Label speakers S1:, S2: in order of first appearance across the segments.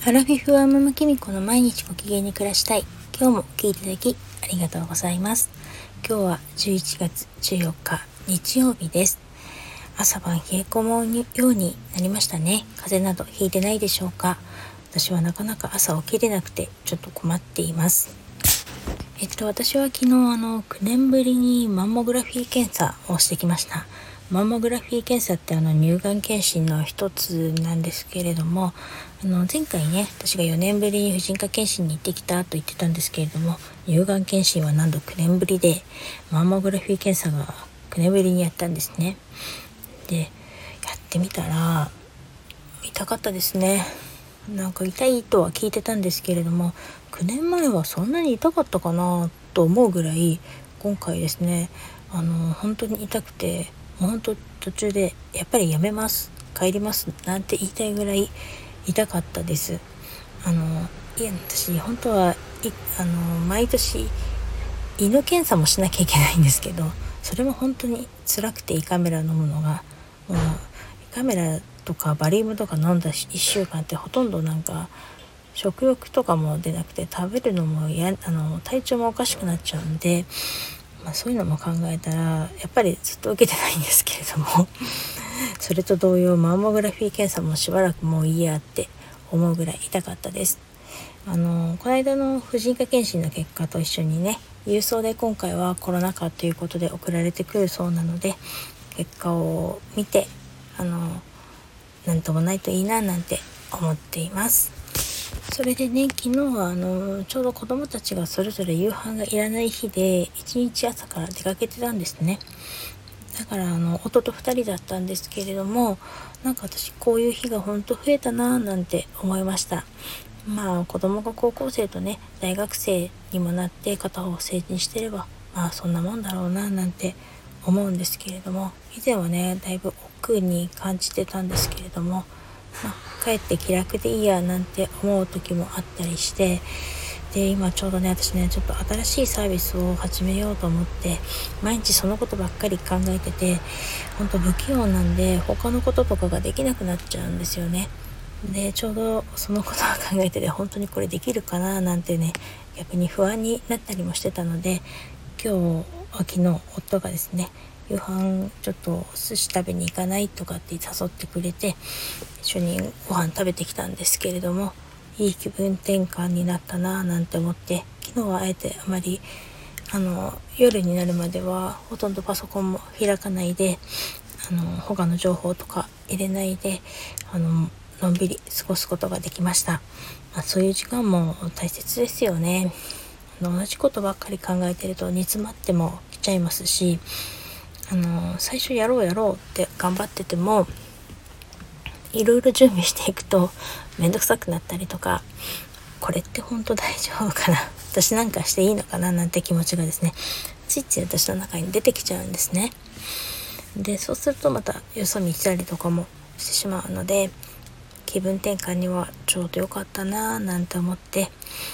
S1: アラフィフはママキミコの毎日ご機嫌に暮らしたい。今日も聞いていただきありがとうございます。今日は11月14日日曜日です。朝晩冷え込むようになりましたね。風邪などひいてないでしょうか。私はなかなか朝起きれなくてちょっと困っています。私は昨日9年ぶりにマンモグラフィー検査をしてきました。マンモグラフィー検査って乳がん検診の一つなんですけれども、前回ね、私が4年ぶりに婦人科検診に行ってきたと言ってたんですけれども、乳がん検診はなんと9年ぶりで、マンモグラフィー検査が9年ぶりにやったんですね。で、やってみたら痛かったですね。なんか痛いとは聞いてたんですけれども、9年前はそんなに痛かったかなと思うぐらい、今回ですね、本当に痛くて、もう本当途中でやっぱりやめます、帰りますなんて言いたいぐらい痛かったです。私本当は毎年胃の検査もしなきゃいけないんですけど、それも本当に辛くて、胃カメラ飲むのがもう胃カメラとかバリウムとか飲んだ1週間ってほとんどなんか食欲とかも出なくて、食べるのも体調もおかしくなっちゃうんで、そういうのも考えたらやっぱりずっと受けてないんですけれどもそれと同様マンモグラフィー検査もしばらくもういいやって思うぐらい痛かったです。この間の婦人科検診の結果と一緒にね、郵送で今回はコロナ禍ということで送られてくるそうなので、結果を見てなんともないといいななんて思っています。それでね、昨日はちょうど子供たちがそれぞれ夕飯がいらない日で一日朝から出かけてたんですね。だから夫と2人だったんですけれども、なんか私こういう日が本当増えたななんて思いました。子供が高校生とね、大学生にもなって片方成人してればそんなもんだろうななんて思うんですけれども、以前はねだいぶ億劫に感じてたんですけれども、かえって気楽でいいやなんて思う時もあったりして、で今ちょうどね、私ねちょっと新しいサービスを始めようと思って毎日そのことばっかり考えてて、本当不器用なんで他のこととかができなくなっちゃうんですよね。でちょうどそのことを考えてて、本当にこれできるかななんてね、逆に不安になったりもしてたので、昨日夫がですね、夕飯ちょっと寿司食べに行かないとかって誘ってくれて、一緒にご飯食べてきたんですけれども、いい気分転換になったななんて思って、昨日はあえてあまり夜になるまではほとんどパソコンも開かないで、他の情報とか入れないでのんびり過ごすことができました。そういう時間も大切ですよね。同じことばっかり考えてると煮詰まっても来ちゃいますし、最初やろうって頑張っててもいろいろ準備していくとめんどくさくなったりとか、これって本当大丈夫かな、私なんかしていいのかななんて気持ちがですね、ついつい私の中に出てきちゃうんですね。でそうするとまたよそ見したりとかもしてしまうので、気分転換にはちょうどよかったななんて思って、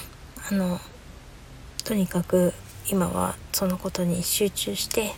S1: とにかく今はそのことに集中して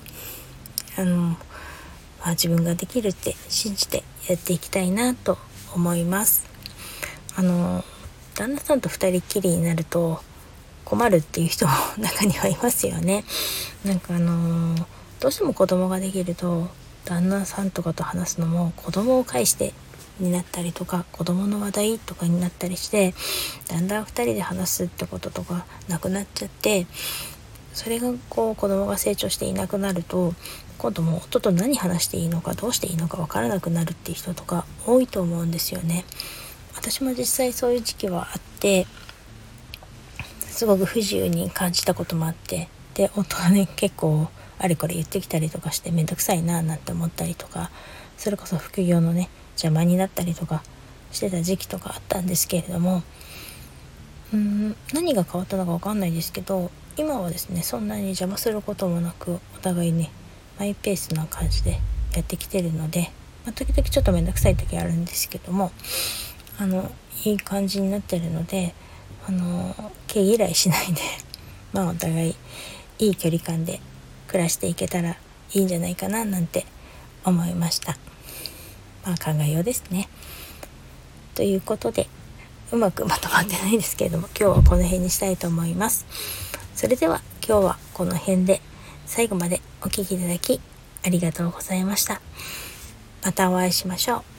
S1: 自分ができるって信じてやっていきたいなと思います。旦那さんと二人っきりになると困るっていう人も中にはいますよね。なんかどうしても子供ができると旦那さんとかと話すのも子供を介してになったりとか、子供の話題とかになったりして、だんだん二人で話すってこととかなくなっちゃって、それが子供が成長していなくなると、今度も夫と何話していいのかどうしていいのか分からなくなるっていう人とか多いと思うんですよね。私も実際そういう時期はあって、すごく不自由に感じたこともあって、で夫がね結構あれこれ言ってきたりとかしてめんどくさいななんて思ったりとか、それこそ副業のね邪魔になったりとかしてた時期とかあったんですけれども、何が変わったのか分かんないですけど、今はですねそんなに邪魔することもなく、お互いねマイペースな感じでやってきてるので、時々ちょっとめんどくさい時あるんですけども、いい感じになってるので、毛嫌いしないでお互いいい距離感で暮らしていけたらいいんじゃないかななんて思いました。考えようですね。ということでうまくまとまってないですけれども、今日はこの辺にしたいと思います。それでは今日はこの辺で、最後までお聞きいただきありがとうございました。またお会いしましょう。